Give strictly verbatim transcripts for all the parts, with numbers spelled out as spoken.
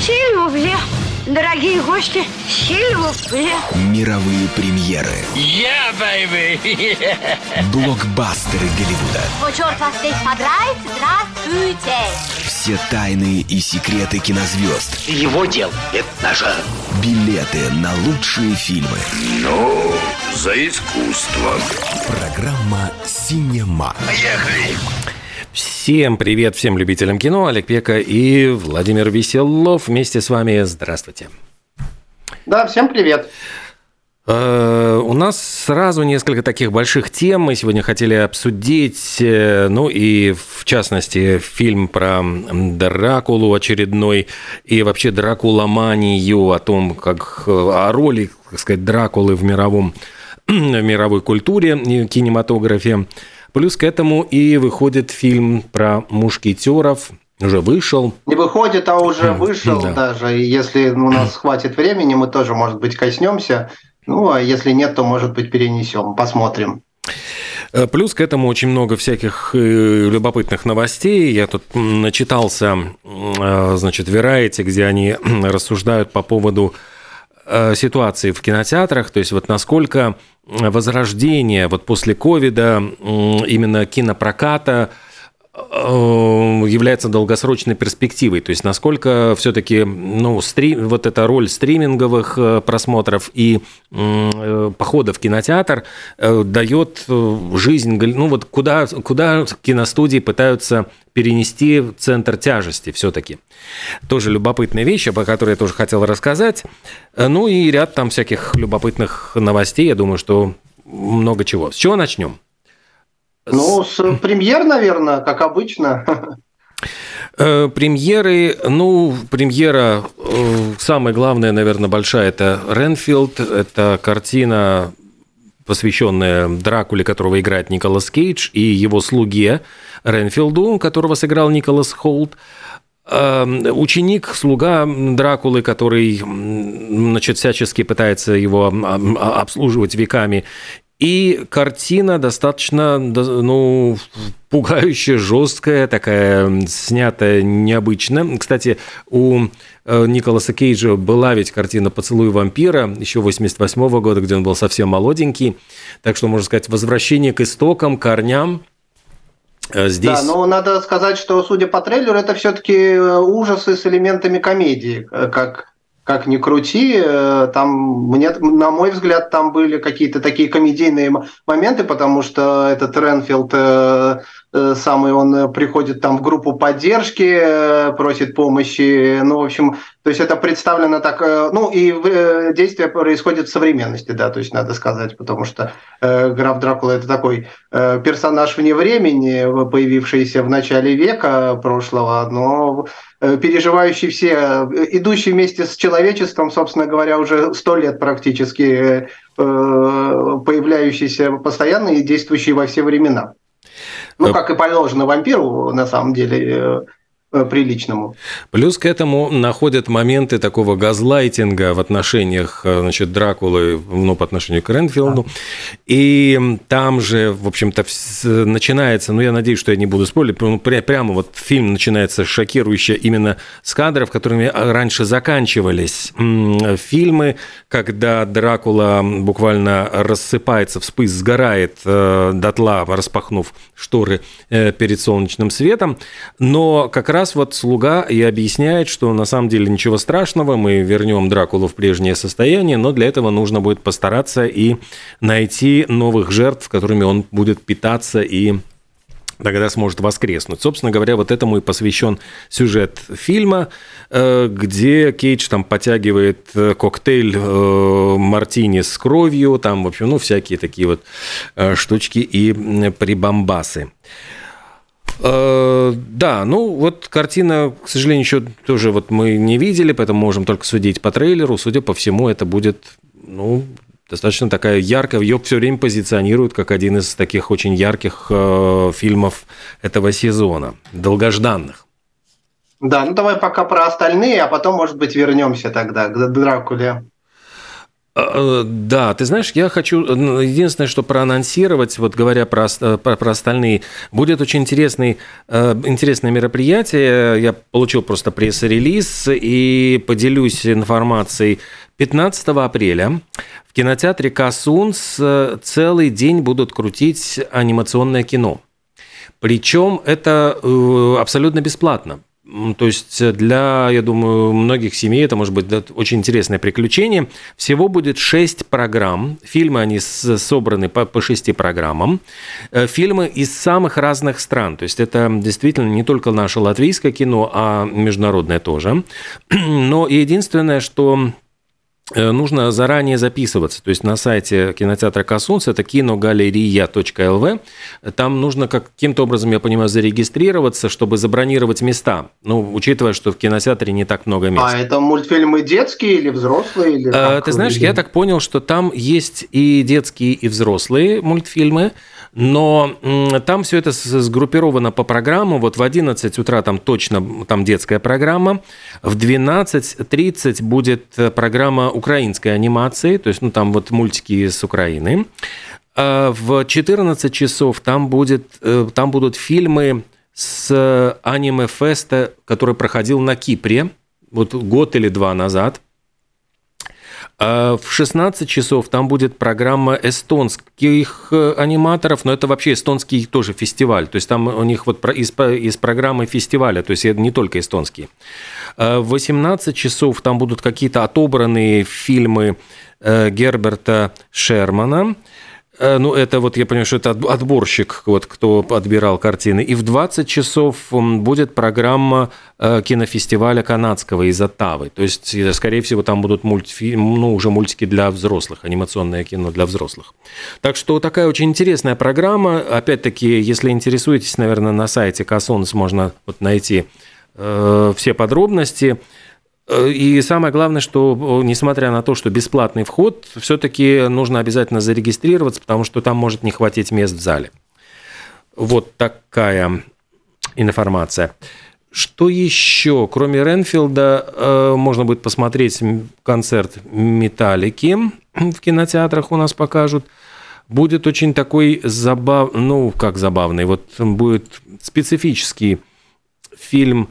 Сильвупле. Дорогие гости, сильвупле. Мировые премьеры. Yeah, baby! Блокбастеры Голливуда. О, черт вас здесь подрать, здравствуйте! Все тайны и секреты кинозвезд. Его дел – это нажа. Билеты на лучшие фильмы. Ну, за искусство. Программа «Синема». Поехали! Всем привет, всем любителям кино. Олег Пека и Владимир Веселов вместе с вами. Здравствуйте. Да, всем привет. Uh, у нас сразу несколько таких больших тем мы сегодня хотели обсудить, ну и в частности фильм про Дракулу очередной и вообще дракуломанию, о том, как о роли, так сказать, Дракулы в мировом, в мировой культуре и кинематографе. Плюс к этому и выходит фильм про мушкетеров. Уже вышел. Не выходит, а уже вышел да. даже. И если у нас хватит времени, мы тоже, может быть, коснемся. Ну, а если нет, то, может быть, перенесем. Посмотрим. Плюс к этому очень много всяких любопытных новостей. Я тут начитался, значит, Variety, где они рассуждают по поводу ситуации в кинотеатрах. То есть вот насколько возрождение вот после ковида именно кинопроката является долгосрочной перспективой, то есть насколько все-таки ну, стри... вот эта роль стриминговых просмотров и похода в кинотеатр дает жизнь, ну вот куда, куда киностудии пытаются перенести центр тяжести все-таки. Тоже любопытные вещи, по которым я тоже хотел рассказать. Ну и ряд там всяких любопытных новостей, я думаю, что много чего. С чего начнем? Ну, с премьер, наверное, как обычно. Премьеры, ну, премьера, самая главная, наверное, большая, это «Ренфилд», это картина, посвященная Дракуле, которого играет Николас Кейдж, и его слуге Ренфилду, которого сыграл Николас Холт. Ученик, слуга Дракулы, который, значит, всячески пытается его обслуживать веками. И картина достаточно, ну, пугающая, жесткая, такая, снятая необычно. Кстати, у Николаса Кейджа была ведь картина «Поцелуй вампира» еще восемьдесят восьмого года, где он был совсем молоденький. Так что, можно сказать, возвращение к истокам, корням. Здесь... Да, но надо сказать, что, судя по трейлеру, это все-таки ужасы с элементами комедии, как... Как ни крути, там, мне, на мой взгляд, там были какие-то такие комедийные моменты, потому что этот Ренфилд э, э, самый, он приходит там в группу поддержки, э, просит помощи, ну, в общем, то есть это представлено так, э, ну, и э, действие происходит в современности, да, то есть надо сказать, потому что э, граф Дракула – это такой э, персонаж вне времени, появившийся в начале века прошлого, но переживающий все, идущий вместе с человечеством, собственно говоря, уже сто лет практически, появляющийся постоянно и действующий во все времена. Ну, как и положено вампиру, на самом деле, приличному. Плюс к этому находят моменты такого газлайтинга в отношениях, значит, Дракулы, ну, по отношению к Ренфилду. И там же, в общем-то, начинается, ну, я надеюсь, что я не буду спойлерить, ну, прямо вот фильм начинается шокирующе именно с кадров, которыми раньше заканчивались фильмы, когда Дракула буквально рассыпается, вспыш, сгорает дотла, распахнув шторы перед солнечным светом. Но как раз вот слуга и объясняет, что на самом деле ничего страшного, мы вернем Дракулу в прежнее состояние, но для этого нужно будет постараться и найти новых жертв, которыми он будет питаться и тогда сможет воскреснуть. Собственно говоря, вот этому и посвящен сюжет фильма, где Кейдж там подтягивает коктейль мартини с кровью, там, в общем, ну, всякие такие вот штучки и прибамбасы. Да, ну вот картина, к сожалению, еще тоже вот мы не видели, поэтому можем только судить по трейлеру. Судя по всему, это будет, ну, достаточно такая яркая, ее все время позиционируют как один из таких очень ярких э, фильмов этого сезона, долгожданных. Да, ну давай пока про остальные, а потом, может быть, вернемся тогда к Дракуле. Да, ты знаешь, я хочу единственное, что проанонсировать, вот говоря про, про, про остальные, будет очень интересный, интересное мероприятие. Я получил просто пресс-релиз и поделюсь информацией. пятнадцатого апреля в кинотеатре Касунц целый день будут крутить анимационное кино. Причем это абсолютно бесплатно. То есть для, я думаю, многих семей это может быть очень интересное приключение. Всего будет шесть программ. Фильмы, они собраны по, по шести программам. Фильмы из самых разных стран. То есть это действительно не только наше латвийское кино, а международное тоже. Но единственное, что нужно заранее записываться. То есть на сайте кинотеатра Касунц, это киногалерия точка эл ви, там нужно каким-то образом, я понимаю, зарегистрироваться, чтобы забронировать места. Ну, учитывая, что в кинотеатре не так много мест. А это мультфильмы детские или взрослые? Или а, ты знаешь, я так понял, что там есть и детские, и взрослые мультфильмы, но там все это сгруппировано по программам. Вот в одиннадцать утра там точно там детская программа, в двенадцать тридцать будет программа украинской анимации, то есть ну, там вот мультики с Украины. А в четырнадцать часов там, будет, там будут фильмы с аниме-феста, который проходил на Кипре вот год или два назад. В шестнадцать часов там будет программа эстонских аниматоров, но это вообще эстонский тоже фестиваль, то есть там у них вот из, из программы фестиваля, то есть это не только эстонские. В восемнадцать часов там будут какие-то отобранные фильмы Герберта Шермана. Ну, это вот, я понимаю, что это отборщик, вот, кто отбирал картины. И в двадцать часов будет программа кинофестиваля канадского из Оттавы. То есть, скорее всего, там будут мультфильмы, ну, уже мультики для взрослых, анимационное кино для взрослых. Так что такая очень интересная программа. Опять-таки, если интересуетесь, наверное, на сайте Касунц можно вот найти э, все подробности. И самое главное, что, несмотря на то, что бесплатный вход, все-таки нужно обязательно зарегистрироваться, потому что там может не хватить мест в зале. Вот такая информация. Что еще? Кроме Ренфилда, можно будет посмотреть концерт Металлики в кинотеатрах, у нас покажут. Будет очень такой забавный, ну, как забавный, вот будет специфический фильм,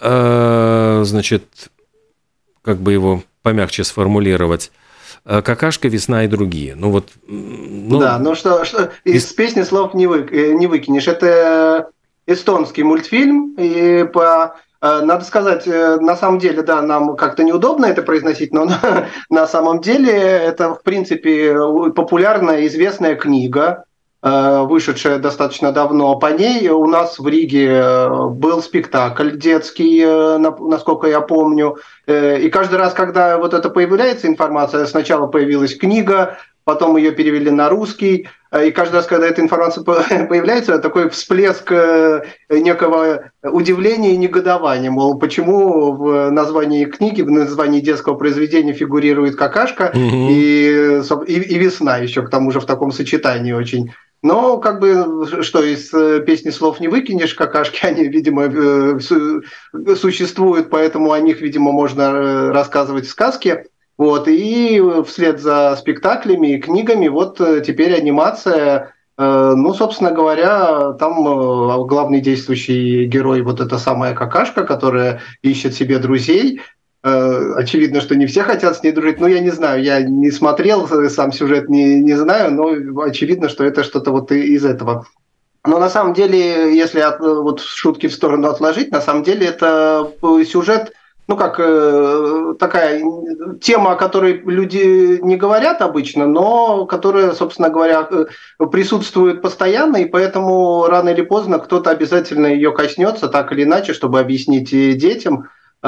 значит, как бы его помягче сформулировать, «Какашка, весна и другие». Ну вот, ну, да, ну что, что из и... песни слов не, вы, не выкинешь. Это эстонский мультфильм, и по, надо сказать, на самом деле, да, нам как-то неудобно это произносить, но на, на самом деле это, в принципе, популярная, известная книга, вышедшая достаточно давно. По ней у нас в Риге был спектакль детский, насколько я помню. И каждый раз, когда вот это появляется информация, сначала появилась книга, потом ее перевели на русский, и каждый раз, когда эта информация появляется, такой всплеск некого удивления и негодования, мол, почему в названии книги, в названии детского произведения фигурирует какашка mm-hmm. и, и, и весна еще, к тому же в таком сочетании очень. Но как бы, что из песни слов не выкинешь, какашки, они, видимо, существуют, поэтому о них, видимо, можно рассказывать в сказке. Вот, и вслед за спектаклями и книгами вот теперь анимация, ну, собственно говоря, там главный действующий герой вот эта самая какашка, которая ищет себе друзей. Очевидно, что не все хотят с ней дружить, но я не знаю, я не смотрел, сам сюжет не, не знаю, но очевидно, что это что-то вот из этого. Но на самом деле, если от, вот шутки в сторону отложить, на самом деле это сюжет, ну как такая тема, о которой люди не говорят обычно, но которая, собственно говоря, присутствует постоянно, и поэтому рано или поздно кто-то обязательно ее коснется, так или иначе, чтобы объяснить детям.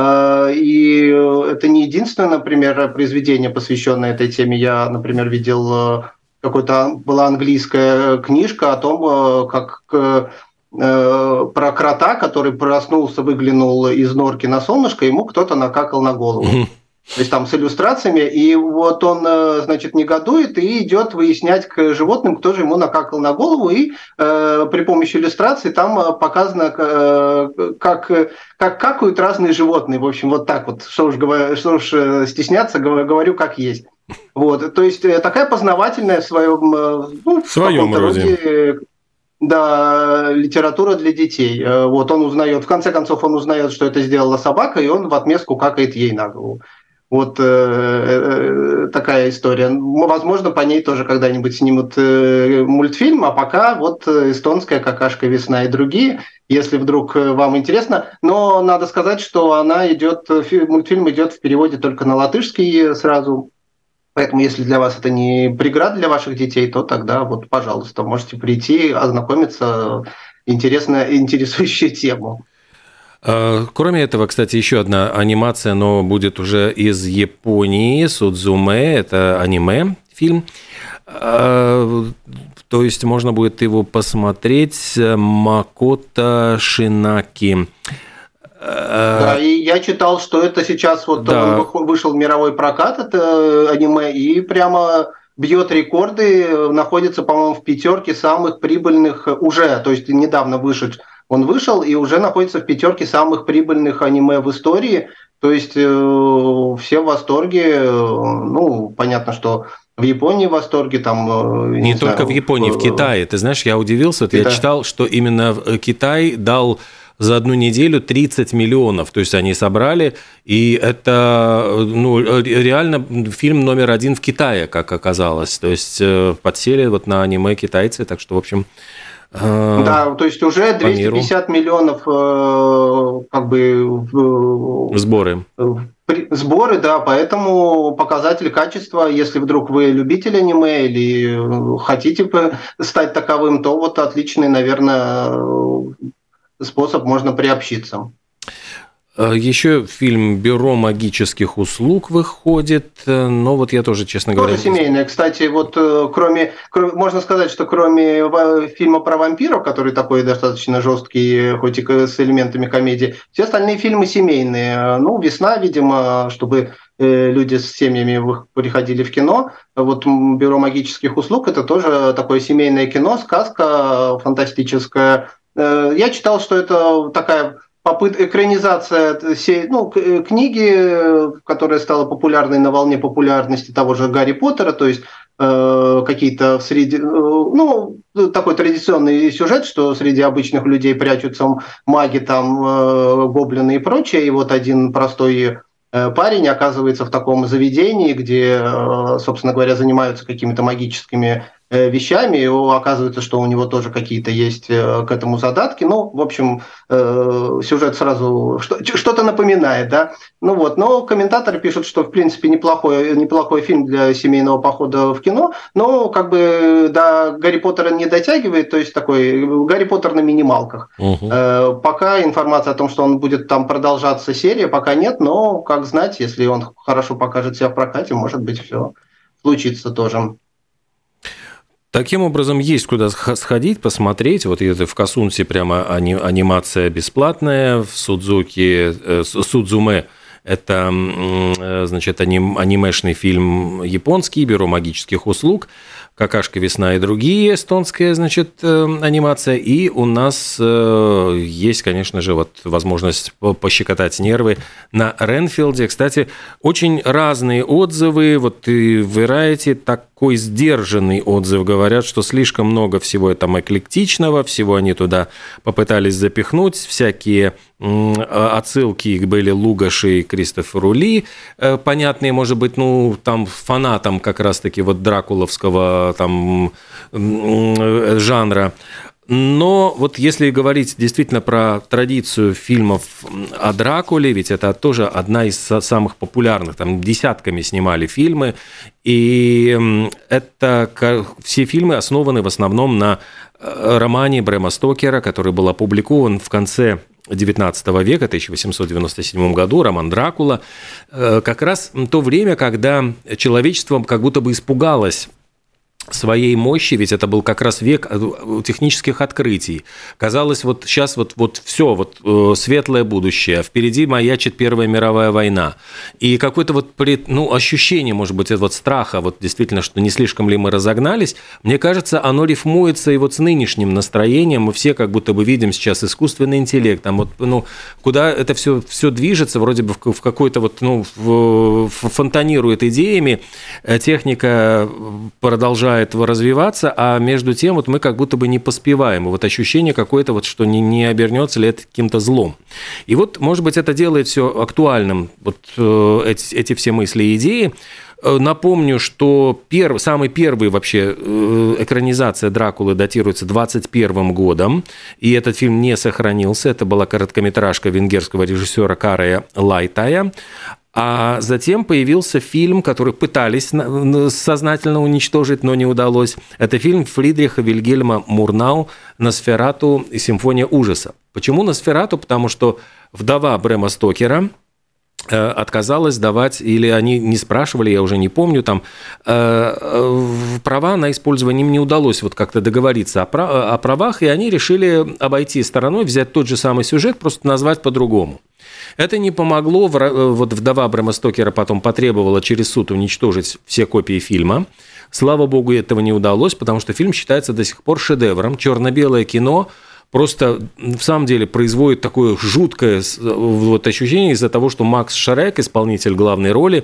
И это не единственное, например, произведение, посвященное этой теме. Я, например, видел какой-то была английская книжка о том, как про крота, который проснулся, выглянул из норки на солнышко, ему кто-то накакал на голову. То есть там с иллюстрациями, и вот он, значит, негодует и идет выяснять к животным, кто же ему накакал на голову, и э, при помощи иллюстраций там показано, э, как, как какают разные животные. В общем, вот так вот, что уж, что уж стесняться, говорю, как есть. Вот, то есть такая познавательная в своем, ну, в своем роде. роде, да, литература для детей. Вот он узнает, в конце концов, он узнает, что это сделала собака, и он в отместку какает ей на голову. Вот э, э, такая история. Возможно, по ней тоже когда-нибудь снимут э, мультфильм, а пока вот эстонская какашка «Весна» и другие, если вдруг вам интересно. Но надо сказать, что она идет, мультфильм идет в переводе только на латышский сразу. Поэтому, если для вас это не преграда для ваших детей, то тогда вот, пожалуйста, можете прийти, ознакомиться, интересно, интересующую тему. Кроме этого, кстати, еще одна анимация, но будет уже из Японии, «Судзуме», это аниме-фильм. То есть можно будет его посмотреть, Макото Шинаки. Да, и я читал, что это сейчас вот да. вышел в мировой прокат, это аниме, и прямо бьет рекорды, находится, по-моему, в пятерке самых прибыльных уже, то есть недавно вышел. Он вышел и уже находится в пятерке самых прибыльных аниме в истории. То есть э, все в восторге. Ну, понятно, что в Японии в восторге. Там, не, не только знаю, в Японии, в, в Китае. Ты знаешь, я удивился. Я читал, что именно Китай дал за одну неделю тридцать миллионов. То есть они собрали. И это ну, реально фильм номер один в Китае, как оказалось. То есть подсели вот на аниме китайцы. Так что, в общем... Да, то есть уже двести пятьдесят миллионов как бы сборы. Сборы, да, поэтому показатель качества, если вдруг вы любитель аниме или хотите стать таковым, то вот отличный, наверное, способ, можно приобщиться. Еще фильм «Бюро магических услуг» выходит, но вот я тоже, честно говоря... Тоже семейный. Кстати, вот кроме, кроме... Можно сказать, что кроме фильма про вампиров, который такой достаточно жесткий, хоть и с элементами комедии, все остальные фильмы семейные. Ну, «Весна», видимо, чтобы люди с семьями приходили в кино. Вот «Бюро магических услуг» – это тоже такое семейное кино, сказка фантастическая. Я читал, что это такая... попытка экранизация ну, книги, которая стала популярной на волне популярности того же Гарри Поттера, то есть э, какие-то среди, ну, такой традиционный сюжет, что среди обычных людей прячутся маги, там, э, гоблины и прочее, и вот один простой э, парень оказывается в таком заведении, где, э, собственно говоря, занимаются какими-то магическими вещами, и оказывается, что у него тоже какие-то есть к этому задатки. Ну, в общем, сюжет сразу что-то напоминает, да. Ну вот, но комментаторы пишут, что, в принципе, неплохой, неплохой фильм для семейного похода в кино, но как бы до Гарри Поттера не дотягивает, то есть такой Гарри Поттер на минималках. Uh-huh. Пока информация о том, что он будет там продолжаться серия, пока нет, но, как знать, если он хорошо покажет себя в прокате, может быть, все случится тоже. Таким образом, есть куда сходить, посмотреть. Вот это в Касунсе прямо анимация бесплатная, в Судзуки, Судзуме это, значит, анимешный фильм японский, «Бюро магических услуг», «Какашка, весна» и другие, эстонская, значит, анимация. И у нас есть, конечно же, вот возможность пощекотать нервы на Ренфилде. Кстати, очень разные отзывы. Вот и в Variety такой сдержанный отзыв. Говорят, что слишком много всего там эклектичного, всего они туда попытались запихнуть, всякие отсылки к Белле Лугаши и Кристоферу Ли, понятные, может быть, ну, там, фанатам как раз-таки вот дракуловского там жанра. Но вот если говорить действительно про традицию фильмов о Дракуле, ведь это тоже одна из самых популярных, там десятками снимали фильмы, и это все фильмы основаны в основном на романе Брэма Стокера, который был опубликован в конце девятнадцатого века, тысяча восемьсот девяносто седьмом году, роман «Дракула», как раз то время, когда человечество как будто бы испугалось своей мощи, ведь это был как раз век технических открытий. Казалось, вот сейчас вот, вот все, вот э, светлое будущее, впереди маячит Первая мировая война. И какое-то вот ну, ощущение, может быть, вот страха, вот действительно, что не слишком ли мы разогнались, мне кажется, оно рифмуется и вот с нынешним настроением. Мы все как будто бы видим сейчас искусственный интеллект, там вот, ну, куда это все, все движется, вроде бы в, в какой-то вот, ну, в, в, фонтанирует идеями, техника продолжает развиваться, а между тем вот мы как будто бы не поспеваем. И вот ощущение какое-то, вот, что не, не обернется ли это каким-то злом. И вот, может быть, это делает все актуальным, вот э, эти, эти все мысли и идеи. Напомню, что перв, самый первый вообще экранизация Дракулы датируется двадцать первым годом, и этот фильм не сохранился. Это была короткометражка венгерского режиссера Карая Лайтая. А затем появился фильм, который пытались сознательно уничтожить, но не удалось. Это фильм Фридриха Вильгельма Мурнау «Носферату и симфония ужаса». Почему «Носферату»? Потому что вдова Брэма Стокера отказалась давать, или они не спрашивали, я уже не помню, там, права на использование им не удалось вот как-то договориться о правах, и они решили обойти стороной, взять тот же самый сюжет, просто назвать по-другому. Это не помогло, вот вдова Брэма Стокера потом потребовала через суд уничтожить все копии фильма. Слава богу, этого не удалось, потому что фильм считается до сих пор шедевром. Черно-белое кино просто в самом деле производит такое жуткое вот ощущение из-за того, что Макс Шрек, исполнитель главной роли,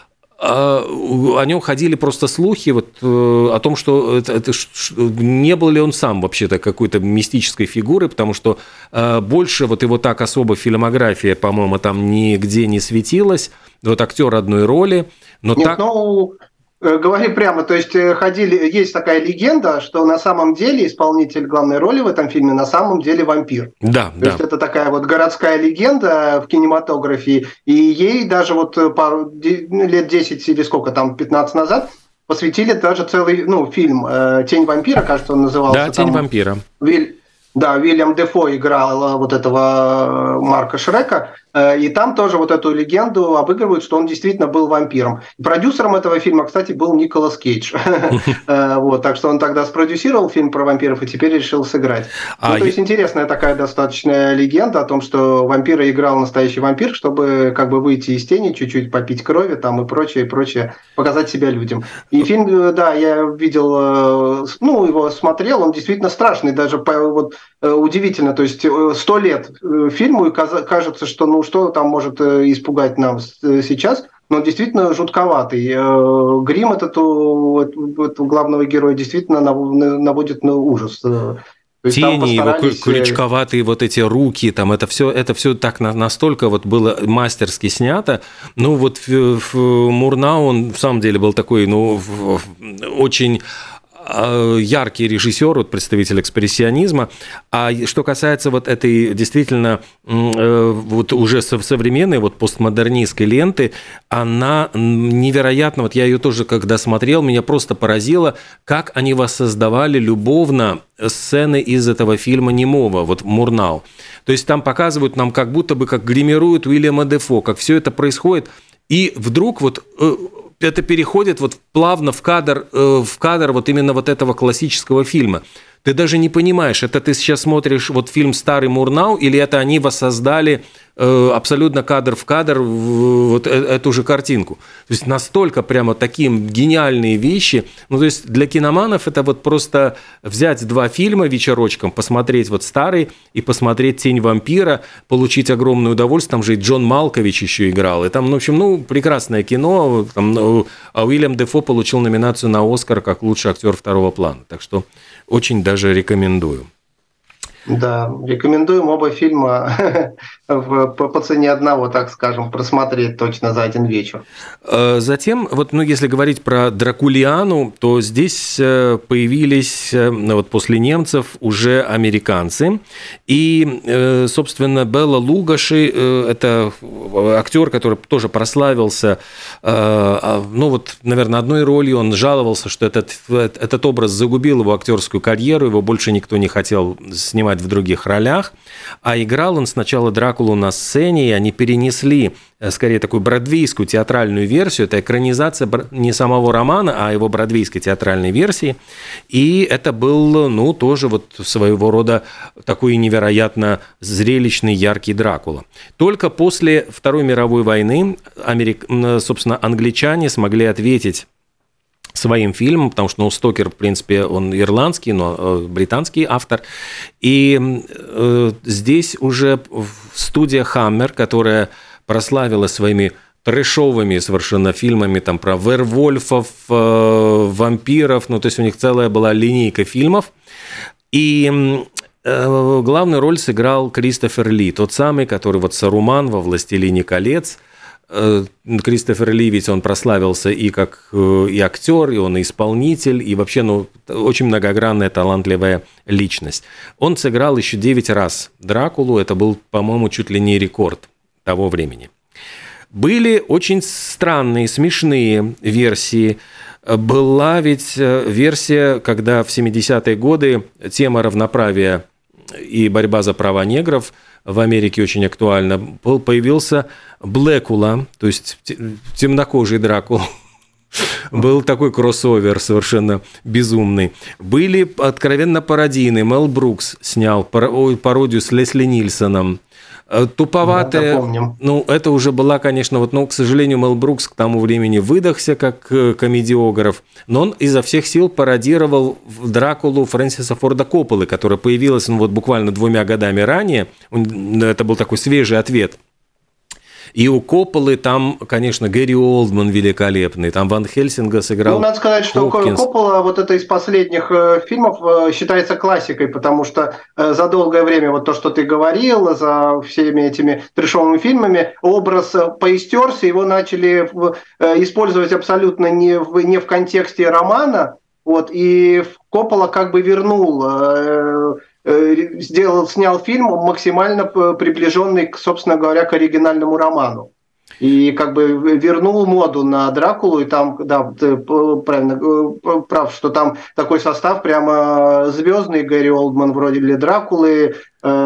о нем ходили просто слухи вот, о том, что это, это, не был ли он сам вообще-то какой-то мистической фигурой, потому что больше вот его так особо фильмография, по-моему, там нигде не светилась. Вот актер одной роли. Но Нет, так... ну, говори прямо, то есть ходили, есть такая легенда, что на самом деле исполнитель главной роли в этом фильме на самом деле вампир. Да, то да. есть это такая вот городская легенда в кинематографии, и ей даже вот пару лет десять или сколько там, пятнадцать назад посвятили даже целый, ну, фильм «Тень вампира», кажется, он назывался. Да, «Тень вампира». Виль... Да, Уильям Дефо играл вот этого Марка Шрека, и там тоже вот эту легенду обыгрывают, что он действительно был вампиром. Продюсером этого фильма, кстати, был Николас Кейдж. Вот, так что он тогда спродюсировал фильм про вампиров и теперь решил сыграть. Ну, то есть интересная такая достаточно легенда о том, что вампира играл настоящий вампир, чтобы как бы выйти из тени, чуть-чуть попить крови там и прочее, и прочее, показать себя людям. И фильм, да, я видел, ну, его смотрел, он действительно страшный, даже по, вот, удивительно, то есть сто лет фильму, и кажется, что ну что там может испугать нам сейчас, но он действительно жутковатый. Грим этот у этого главного героя действительно наводит на ужас. Тени, его крючковатые вот эти руки, там это все, это все так настолько вот было мастерски снято. Ну вот Мурнау, он в самом деле был такой, ну, очень яркий режиссер, вот представитель экспрессионизма. А что касается вот этой действительно вот уже современной вот постмодернистской ленты, она невероятно, вот я ее тоже когда смотрел, меня просто поразило, как они воссоздавали любовно сцены из этого фильма немого, вот Мурнау. То есть там показывают нам как будто бы, как гримируют Уильяма Дефо, как все это происходит, и вдруг вот это переходит вот плавно в кадр, в кадр вот именно вот этого классического фильма. Ты даже не понимаешь, это ты сейчас смотришь вот фильм «Старый Мурнау» или это они воссоздали абсолютно кадр в кадр вот эту же картинку. То есть настолько прямо такие гениальные вещи. Ну, то есть для киноманов это вот просто взять два фильма вечерочком, посмотреть вот «Старый» и посмотреть «Тень вампира», получить огромное удовольствие. Там же и Джон Малкович еще играл. И там, в общем, ну, прекрасное кино. Там, а Уильям Дефо получил номинацию на «Оскар» как лучший актер второго плана. Так что очень даже рекомендую. Да, рекомендуем оба фильма по, по цене одного, так скажем, просмотреть точно за один вечер. Затем, вот, ну, если говорить про Дракулиану, то здесь появились вот, после немцев уже американцы. И, собственно, Белла Лугоши, это актер, который тоже прославился, ну, вот, наверное, одной ролью. Он жаловался, что этот, этот образ загубил его актерскую карьеру, его больше никто не хотел снимать снимать в других ролях, а играл он сначала Дракулу на сцене, и они перенесли, скорее, такую бродвейскую театральную версию, это экранизация не самого романа, а его бродвейской театральной версии, и это был, ну, тоже вот своего рода такой невероятно зрелищный, яркий Дракула. Только после Второй мировой войны, Америк... собственно, англичане смогли ответить своим фильмом, потому что, ну, Стокер, в принципе, он ирландский, но британский автор. И э, здесь уже студия Hammer, которая прославилась своими трэшовыми совершенно фильмами там, про вервольфов, э, вампиров, ну, то есть у них целая была линейка фильмов. И э, главную роль сыграл Кристофер Ли, тот самый, который вот Саруман во «Властелине колец». Кристофер Ли, ведь он прославился и как и актер, и он и исполнитель, и вообще, ну, очень многогранная, талантливая личность. Он сыграл еще девять раз Дракулу, это был, по-моему, чуть ли не рекорд того времени. Были очень странные, смешные версии. Была ведь версия, когда в семидесятые годы тема равноправия и борьба за права негров в Америке очень актуальна. Появился Блэкула, то есть темнокожий Дракула. Был такой кроссовер совершенно безумный. Были откровенно пародийные. Мел Брукс снял пародию с Лесли Нильсоном. Туповатая, да, ну, это уже была, конечно, вот, ну, к сожалению, Мел Брукс к тому времени выдохся как комедиограф, но он изо всех сил пародировал Дракулу Фрэнсиса Форда Копполы, которая появилась, ну, вот буквально двумя годами ранее, это был такой свежий ответ. И у Копполы там, конечно, Гэри Олдман великолепный, там Ван Хельсинга сыграл. Ну, надо сказать, что Хопкинс. Коппола вот это из последних фильмов считается классикой, потому что за долгое время, вот то, что ты говорил, за всеми этими трэшовыми фильмами, образ поистерся, его начали использовать абсолютно не в, не в контексте романа, вот, и Коппола как бы вернул... сделал, снял фильм максимально приближенный, собственно говоря, к оригинальному роману. И как бы вернул моду на Дракулу, и там, да, ты правильно прав, что там такой состав прямо звездный, Гэри Олдман вроде ли Дракулы,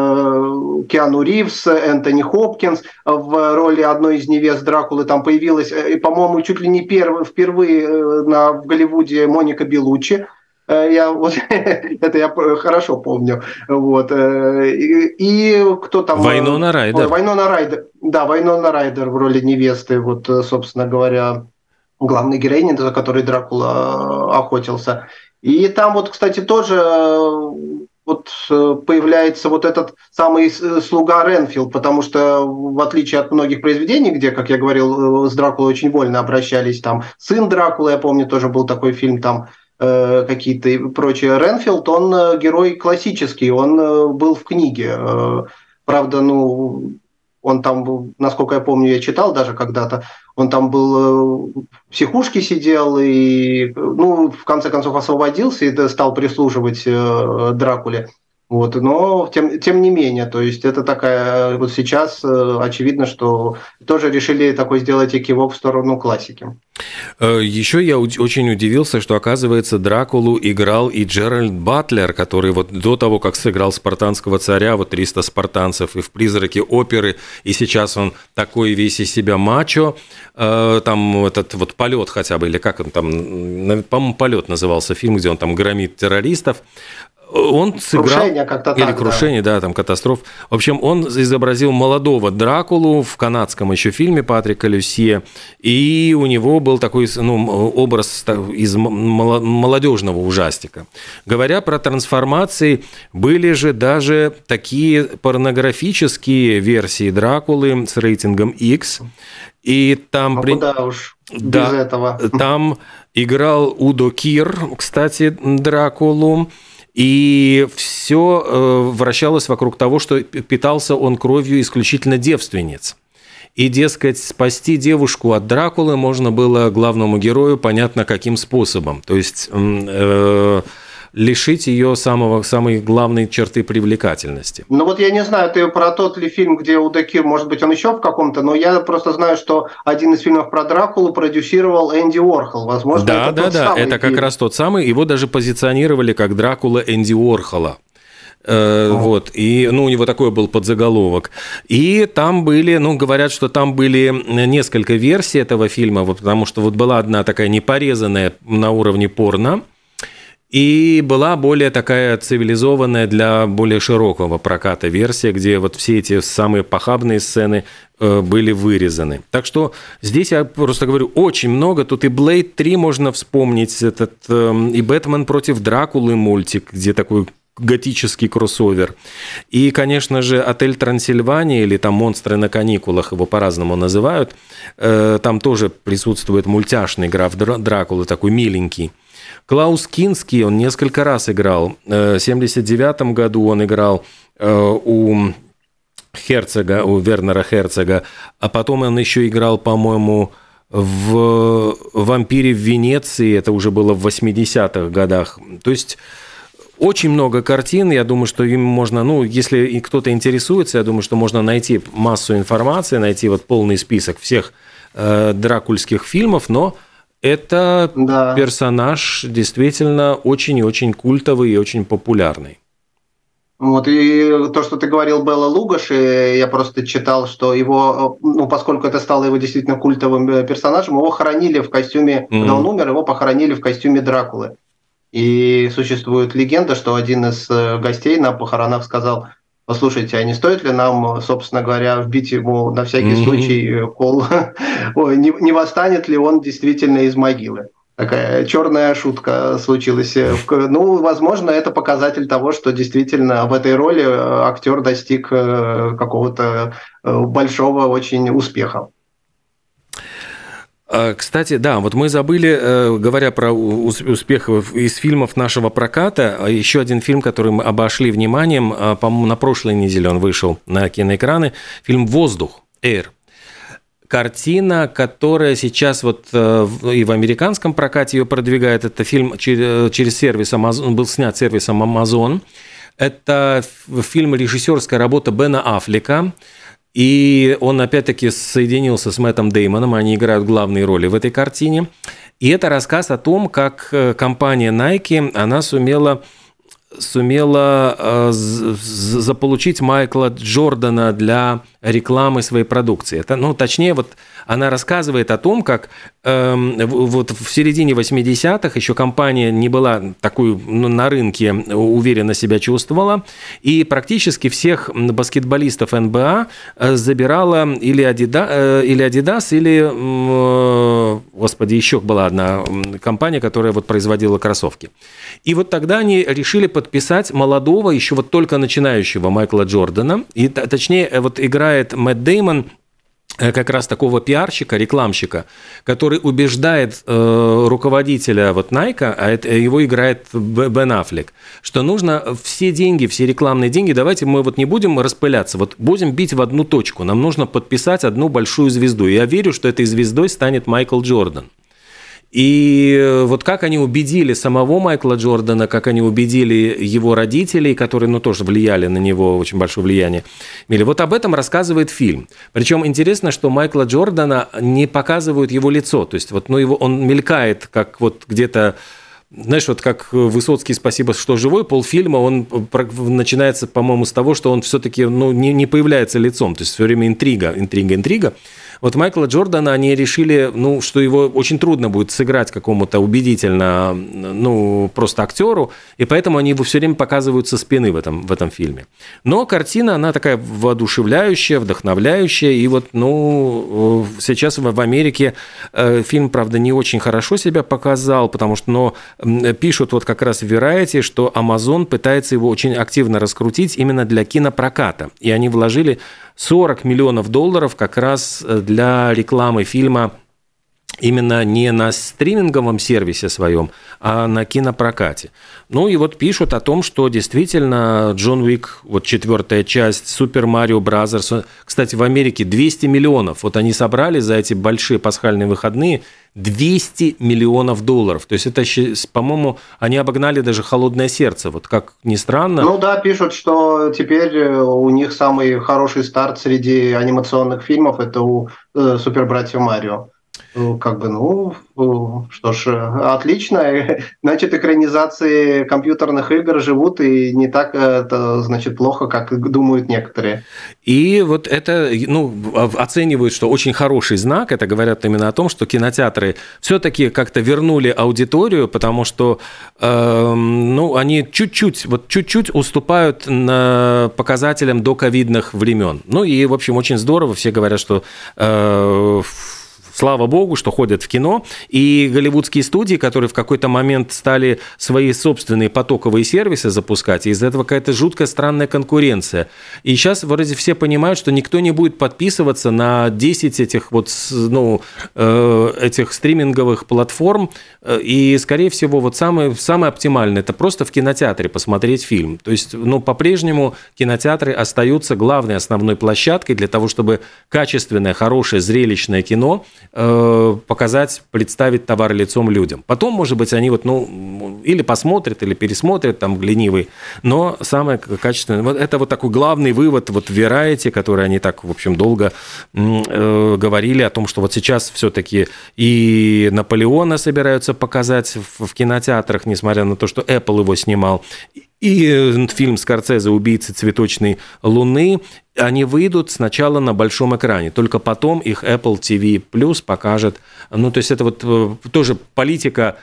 Киану Ривз, Энтони Хопкинс в роли одной из невест Дракулы там появилась, и, по-моему, чуть ли не первый, впервые на, в Голливуде Моника Беллуччи. Я, вот, это я хорошо помню. Вот. И, и кто там... Вайнона Райдер. Вайнона Райдер. Да, Вайнона Райдер в роли невесты, вот, собственно говоря, главной героини, за которой Дракула охотился. И там вот, кстати, тоже вот появляется вот этот самый слуга Ренфилд, потому что в отличие от многих произведений, где, как я говорил, с Дракулой очень вольно обращались, там сын Дракулы, я помню, тоже был такой фильм, там какие-то и прочие. Ренфилд, он герой классический, он был в книге. Правда, ну, он там был, насколько я помню, я читал даже когда-то, он там был в психушке сидел и, ну, в конце концов освободился и стал прислуживать Дракуле. Вот, но тем, тем не менее, то есть это такая, вот сейчас очевидно, что тоже решили такой сделать кивок в сторону классики. Еще я очень удивился, что, оказывается, Дракулу играл и Джеральд Батлер, который вот до того, как сыграл спартанского царя, вот триста спартанцев и в «Призраке оперы», и сейчас он такой весь из себя мачо, там этот вот «Полет» хотя бы, или как он там, по-моему, «Полет» назывался фильм, где он там громит террористов. Он сыграл... Крушение как-то Или так, крушение, да. да, там катастроф. В общем, он изобразил молодого Дракулу в канадском еще фильме Патрика Люсье, и у него был такой, ну, образ из молодежного ужастика. Говоря про трансформации, были же даже такие порнографические версии Дракулы с рейтингом X, и там... А при... куда уж да, без этого? Там играл Удо Кир, кстати, Дракулу. И все э, вращалось вокруг того, что питался он кровью исключительно девственниц. И, дескать, спасти девушку от Дракулы можно было главному герою понятно каким способом. То есть э, лишить ее самого, самой главной черты привлекательности. Ну вот я не знаю, ты про тот ли фильм, где Удо Кир, может быть, он еще в каком-то, но я просто знаю, что один из фильмов про Дракулу продюсировал Энди Уорхол. Возможно, да, это да, тот да, самый это как фильм. раз тот самый. Его даже позиционировали как Дракула Энди Уорхола. Э, вот, и, ну, у него такой был подзаголовок. И там были, ну, говорят, что там были несколько версий этого фильма, вот, потому что вот была одна такая непорезанная на уровне порно, и была более такая цивилизованная для более широкого проката версия, где вот все эти самые похабные сцены были вырезаны. Так что здесь я просто говорю, очень много. Тут и Блейд три можно вспомнить, этот, и Бэтмен против Дракулы мультик, где такой готический кроссовер. И, конечно же, «Отель Трансильвания» или там «Монстры на каникулах», его по-разному называют, там тоже присутствует мультяшный граф Дракулы, такой миленький. Клаус Кински, он несколько раз играл. В семьдесят девятом году он играл у Херцога, у Вернера Херцога, а потом он еще играл, по-моему, в «Вампире в Венеции», это уже было в восьмидесятых годах. То есть очень много картин, я думаю, что им можно, ну, если и кто-то интересуется, я думаю, что можно найти массу информации, найти вот полный список всех э, дракульских фильмов, но это да. персонаж действительно очень и очень культовый и очень популярный. Вот, и то, что ты говорил, Белла Лугоши, я просто читал, что его, ну, поскольку это стало его действительно культовым персонажем, его хоронили в костюме, mm-hmm. когда он умер, его похоронили в костюме Дракулы. И существует легенда, что один из гостей на похоронах сказал: послушайте, а не стоит ли нам, собственно говоря, вбить ему на всякий mm-hmm. случай кол, не, не восстанет ли он действительно из могилы? Такая черная шутка случилась. Ну, возможно, это показатель того, что действительно в этой роли актер достиг какого-то большого очень успеха. Кстати, да, вот мы забыли, говоря про успех из фильмов нашего проката, еще один фильм, который мы обошли вниманием, по-моему, на прошлой неделе он вышел на киноэкраны, фильм «Воздух», «Air». Картина, которая сейчас вот и в американском прокате ее продвигает, это фильм через сервис Amazon, был снят сервисом Amazon. Это фильм режиссерская работа Бена Аффлека. И он, опять-таки, соединился с Мэттом Деймоном, они играют главные роли в этой картине. И это рассказ о том, как компания Nike, она сумела, сумела заполучить Майкла Джордана для рекламы своей продукции. Это, ну, точнее, вот она рассказывает о том, как э, вот в середине восьмидесятых еще компания не была такой, ну, на рынке уверенно себя чувствовала, и практически всех баскетболистов эн бэ а забирала или Adidas, или, Adidas, или э, господи, еще была одна компания, которая вот производила кроссовки. И вот тогда они решили подписать молодого, еще вот только начинающего Майкла Джордана, и точнее вот играет Мэтт Деймон, как раз такого пиарщика, рекламщика, который убеждает э, руководителя вот Nike, а это, его играет Бен Аффлек, что нужно все деньги, все рекламные деньги, давайте мы вот не будем распыляться, вот будем бить в одну точку, нам нужно подписать одну большую звезду. И я верю, что этой звездой станет Майкл Джордан. И вот как они убедили самого Майкла Джордана, как они убедили его родителей, которые, ну, тоже влияли на него, очень большое влияние имели. Вот об этом рассказывает фильм. Причем интересно, что Майкла Джордана не показывают его лицо. То есть вот, ну, его, он мелькает, как вот где-то, знаешь, вот как Высоцкий «Спасибо, что живой», полфильма, он начинается, по-моему, с того, что он все-таки, ну, не, не появляется лицом. То есть все время интрига, интрига, интрига. Вот Майкла Джордана, они решили, ну, что его очень трудно будет сыграть какому-то убедительно, ну, просто актеру, и поэтому они его все время показывают со спины в этом, в этом фильме. Но картина, она такая воодушевляющая, вдохновляющая, и вот, ну, сейчас в Америке фильм, правда, не очень хорошо себя показал, потому что, но пишут вот как раз в Variety, что Amazon пытается его очень активно раскрутить именно для кинопроката, и они вложили сорок миллионов долларов как раз для рекламы фильма именно не на стриминговом сервисе своем, а на кинопрокате. Ну и вот пишут о том, что действительно Джон Уик, вот четвертая часть, Супер Марио Бразерс, кстати, в Америке двести миллионов, вот они собрали за эти большие пасхальные выходные двести миллионов долларов. То есть это, по-моему, они обогнали даже «Холодное сердце», вот как ни странно. Ну да, пишут, что теперь у них самый хороший старт среди анимационных фильмов – это у э, «Супер Братьев Марио». Как бы, ну, что ж, отлично. Значит, экранизации компьютерных игр живут и не так, это, значит, плохо, как думают некоторые. И вот это, ну, оценивают, что очень хороший знак. Это говорят именно о том, что кинотеатры все-таки как-то вернули аудиторию, потому что, э, ну, они чуть-чуть, вот чуть-чуть уступают на показателям до ковидных времен. Ну и, в общем, очень здорово. Все говорят, что э, слава богу, что ходят в кино, и голливудские студии, которые в какой-то момент стали свои собственные потоковые сервисы запускать, и из-за этого какая-то жуткая странная конкуренция. И сейчас вроде все понимают, что никто не будет подписываться на десять этих вот, ну, этих стриминговых платформ, и, скорее всего, вот самое, самое оптимальное – это просто в кинотеатре посмотреть фильм. То есть, ну, по-прежнему кинотеатры остаются главной основной площадкой для того, чтобы качественное, хорошее, зрелищное кино показать, представить товар лицом людям. Потом, может быть, они вот, ну, или посмотрят, или пересмотрят, там, ленивый, но самое качественное, вот это вот такой главный вывод, вот Variety, который они так, в общем, долго э, говорили о том, что вот сейчас все-таки и Наполеона собираются показать в, в кинотеатрах, несмотря на то, что Apple его снимал, и фильм Скорсезе «Убийцы цветочной луны», они выйдут сначала на большом экране, только потом их Apple ти ви плюс покажет. Ну, то есть это вот тоже политика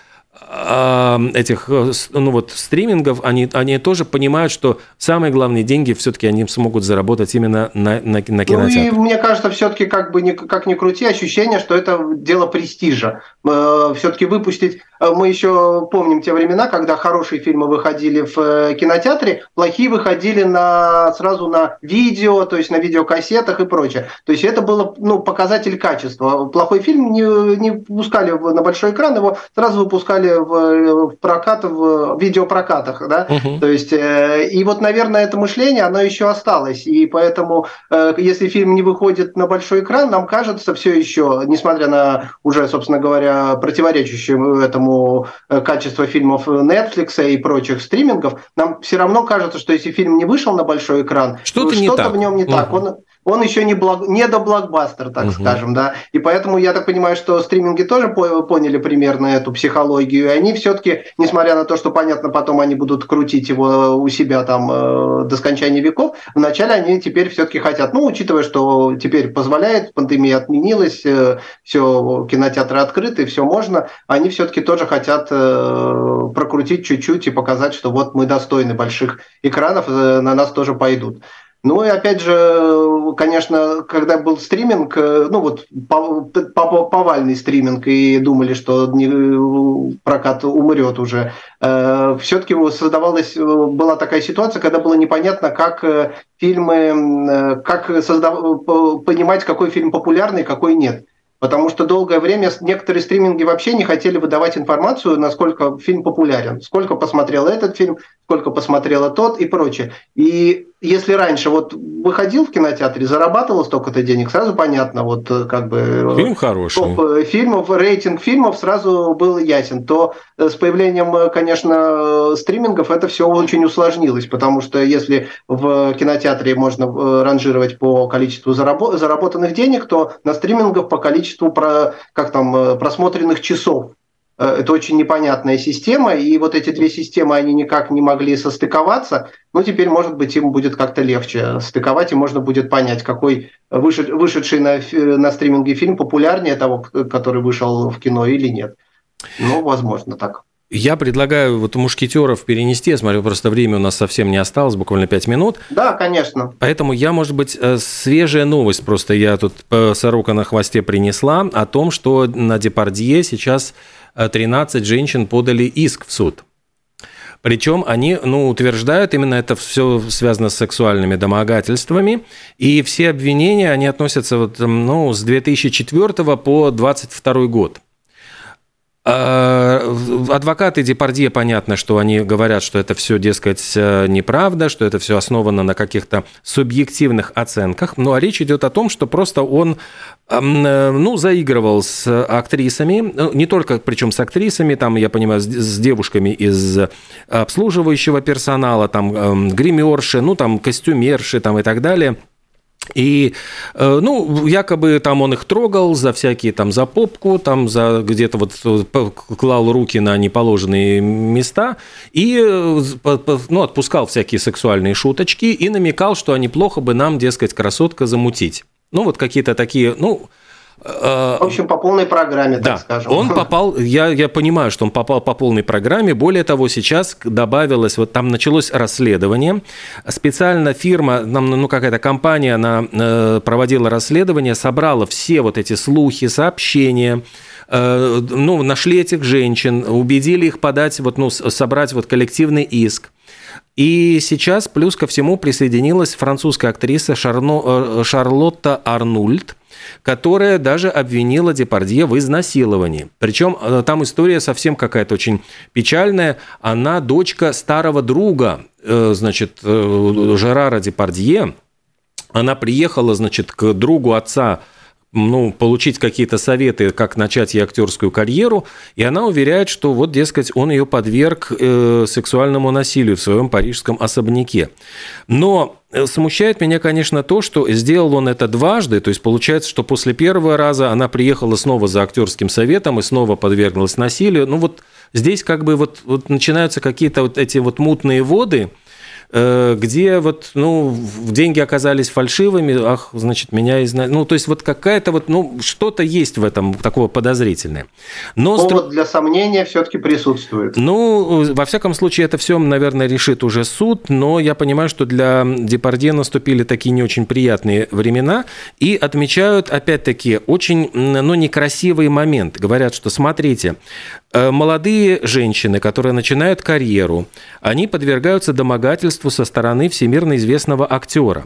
этих, ну, вот, стримингов, они, они тоже понимают, что самые главные деньги все-таки они смогут заработать именно на, на, на кинотеатре. Ну и мне кажется, все-таки как бы ни, как ни крути, ощущение, что это дело престижа. Все-таки выпустить... Мы еще помним те времена, когда хорошие фильмы выходили в кинотеатре, плохие выходили на, сразу на видео, то есть на видеокассетах и прочее. То есть это было, ну, показатель качества. Плохой фильм не, не пускали на большой экран, его сразу выпускали в, в прокат, в видеопрокатах. Да? Uh-huh. То есть, и вот, наверное, это мышление, оно еще осталось. И поэтому, если фильм не выходит на большой экран, нам кажется все еще, несмотря на уже, собственно говоря, противоречащее этому качество фильмов Netflix и прочих стримингов, нам все равно кажется, что если фильм не вышел на большой экран, что-то, что-то в нем не так. Он, он еще не, благ... не до блокбастера, так uh-huh. скажем, да. И поэтому я так понимаю, что стриминги тоже поняли примерно эту психологию, и они все-таки, несмотря на то, что, понятно, потом они будут крутить его у себя там до скончания веков, вначале они теперь все-таки хотят, ну, учитывая, что теперь позволяет, пандемия отменилась, все, кинотеатры открыты, все можно, они все-таки тоже хотят э, прокрутить чуть-чуть и показать, что вот мы достойны больших экранов, э, на нас тоже пойдут. Ну и опять же, конечно, когда был стриминг, э, ну вот повальный стриминг, и думали, что не, прокат умрет уже, э, все-таки создавалась, была такая ситуация, когда было непонятно, как э, фильмы, э, как создав, понимать, какой фильм популярный, какой нет. Потому что долгое время некоторые стриминги вообще не хотели выдавать информацию, насколько фильм популярен, сколько посмотрел этот фильм, сколько посмотрела тот и прочее. И если раньше вот выходил в кинотеатре, зарабатывал столько-то денег, сразу понятно, вот как бы... Фильм хороший. Топ фильмов, рейтинг фильмов сразу был ясен. То с появлением, конечно, стримингов это все очень усложнилось, потому что если в кинотеатре можно ранжировать по количеству заработанных денег, то на стримингах по количеству про, как там, просмотренных часов. Это очень непонятная система, и вот эти две системы, они никак не могли состыковаться. Ну, теперь, может быть, им будет как-то легче стыковать, и можно будет понять, какой вышедший на, на стриминге фильм популярнее того, который вышел в кино, или нет. Ну, возможно, так. Я предлагаю вот «Мушкетеров» перенести. Я смотрю, просто время у нас совсем не осталось, буквально пять минут. Да, конечно. Поэтому я, может быть, свежая новость, просто я тут сорока на хвосте принесла, о том, что на Депардье сейчас тринадцать женщин подали иск в суд. Причем они, ну, утверждают, именно это все связано с сексуальными домогательствами, и все обвинения, они относятся вот, ну, с две тысячи четвёртого по двадцать второй год. Адвокаты Депардье, понятно, что они говорят, что это все, дескать, неправда, что это все основано на каких-то субъективных оценках. Ну, а речь идет о том, что просто он, ну, заигрывал с актрисами, не только, причем с актрисами, там, я понимаю, с девушками из обслуживающего персонала, там, гримерши, ну, там, костюмерши, там, и так далее. И, ну, якобы там он их трогал за всякие там, за попку, там за где-то вот клал руки на неположенные места и, ну, отпускал всякие сексуальные шуточки и намекал, что а неплохо бы нам, дескать, красотка замутить. Ну, вот какие-то такие, ну... В общем, по полной программе, так да, скажем. Он попал, я, я понимаю, что он попал по полной программе. Более того, сейчас добавилось, вот там началось расследование. Специально фирма, ну, какая-то компания, она проводила расследование, собрала все вот эти слухи, сообщения, ну, нашли этих женщин, убедили их подать, вот, ну, собрать вот коллективный иск. И сейчас, плюс ко всему, присоединилась французская актриса Шарно, Шарлотта Арнульт, которая даже обвинила Депардье в изнасиловании. Причем там история совсем какая-то очень печальная. Она дочка старого друга, значит, Жерара Депардье. Она приехала, значит, к другу отца, ну, получить какие-то советы, как начать ей актерскую карьеру, и она уверяет, что вот, дескать, он ее подверг э, сексуальному насилию в своем парижском особняке. Но смущает меня, конечно, то, что сделал он это дважды, то есть получается, что после первого раза она приехала снова за актерским советом и снова подверглась насилию. Ну вот здесь как бы вот, вот начинаются какие-то вот эти вот мутные воды, где вот, ну, деньги оказались фальшивыми, ах, значит, меня изна... Ну, то есть вот какая-то вот, ну, что-то есть в этом такого подозрительное. Но повод стр... для сомнения все-таки присутствует. Ну, во всяком случае, это все, наверное, решит уже суд, но я понимаю, что для Депардье наступили такие не очень приятные времена и отмечают, опять-таки, очень, ну, некрасивый момент. Говорят, что, смотрите, молодые женщины, которые начинают карьеру, они подвергаются домогательству со стороны всемирно известного актера.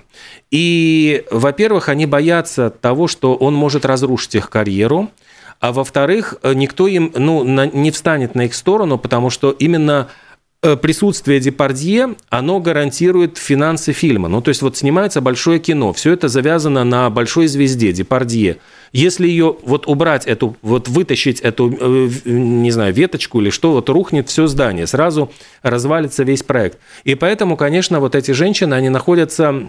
И, во-первых, они боятся того, что он может разрушить их карьеру, а во-вторых, никто им, ну, не встанет на их сторону, потому что именно присутствие Депардье, оно гарантирует финансы фильма. Ну, то есть вот снимается большое кино, все это завязано на большой звезде Депардье. Если ее вот убрать, эту, вот вытащить эту, не знаю, веточку или что, вот рухнет все здание, сразу развалится весь проект. И поэтому, конечно, вот эти женщины, они находятся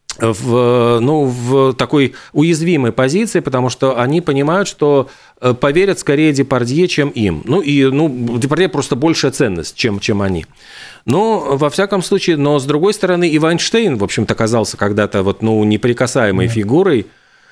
в, ну, в такой уязвимой позиции, потому что они понимают, что поверят скорее Депардье, чем им. Ну, и ну, Депардье просто большая ценность, чем, чем они. Но, во всяком случае, но, с другой стороны, и Вайнштейн, в общем-то, казался когда-то вот, ну, неприкасаемой да. фигурой.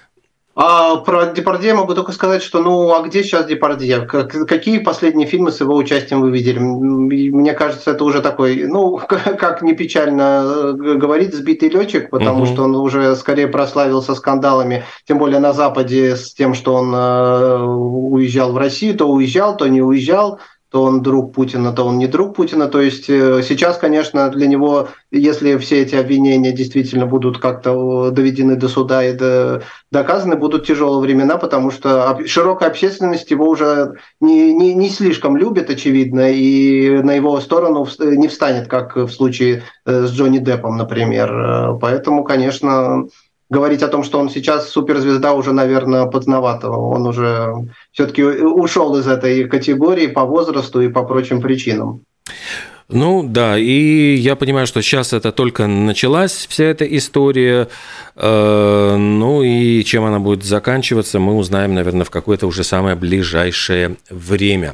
А про Депардье могу только сказать, что ну а где сейчас Депардье? Какие последние фильмы с его участием вы видели? Мне кажется, это уже такой, ну, как не печально говорить, сбитый летчик, потому угу. что он уже скорее прославился скандалами, тем более на Западе, с тем, что он уезжал в Россию, то уезжал, то не уезжал. То он друг Путина, то он не друг Путина. То есть сейчас, конечно, для него, если все эти обвинения действительно будут как-то доведены до суда и до, доказаны, будут тяжелые времена, потому что широкая общественность его уже не, не, не слишком любит, очевидно, и на его сторону не встанет, как в случае с Джонни Деппом, например. Поэтому, конечно... Говорить о том, что он сейчас суперзвезда, уже, наверное, поздновато. Он уже все-таки ушел из этой категории по возрасту и по прочим причинам. Ну да, и я понимаю, что сейчас это только началась вся эта история. Ну и чем она будет заканчиваться, мы узнаем, наверное, в какое-то уже самое ближайшее время.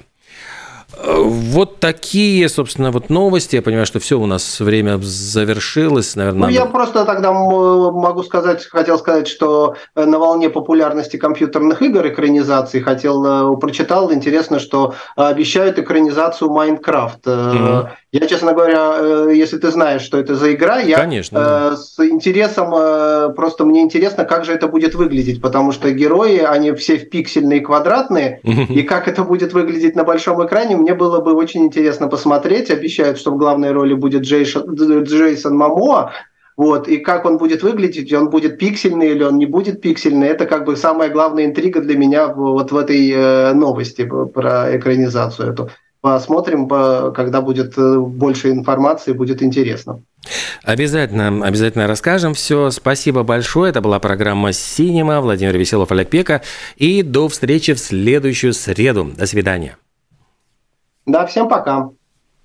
Вот такие, собственно, вот новости. Я понимаю, что все у нас время завершилось, наверное. Ну, надо... я просто тогда могу сказать, хотел сказать, что на волне популярности компьютерных игр, экранизаций, хотел, прочитал, интересно, что обещают экранизацию Майнкрафт. Угу. Я, честно говоря, если ты знаешь, что это за игра, я Конечно, да. с интересом, просто мне интересно, как же это будет выглядеть, потому что герои, они все пиксельные, квадратные, угу. и как это будет выглядеть на большом экране, мне было бы очень интересно посмотреть. Обещают, что в главной роли будет Джейшон, Джейсон Момоа. Вот, и как он будет выглядеть, он будет пиксельный или он не будет пиксельный, это как бы самая главная интрига для меня вот в этой э, новости про экранизацию эту. Посмотрим, когда будет больше информации, будет интересно. Обязательно, обязательно расскажем все. Спасибо большое. Это была программа «Синема». Владимир Веселов, Олег Пека. И до встречи в следующую среду. До свидания. Да, всем пока.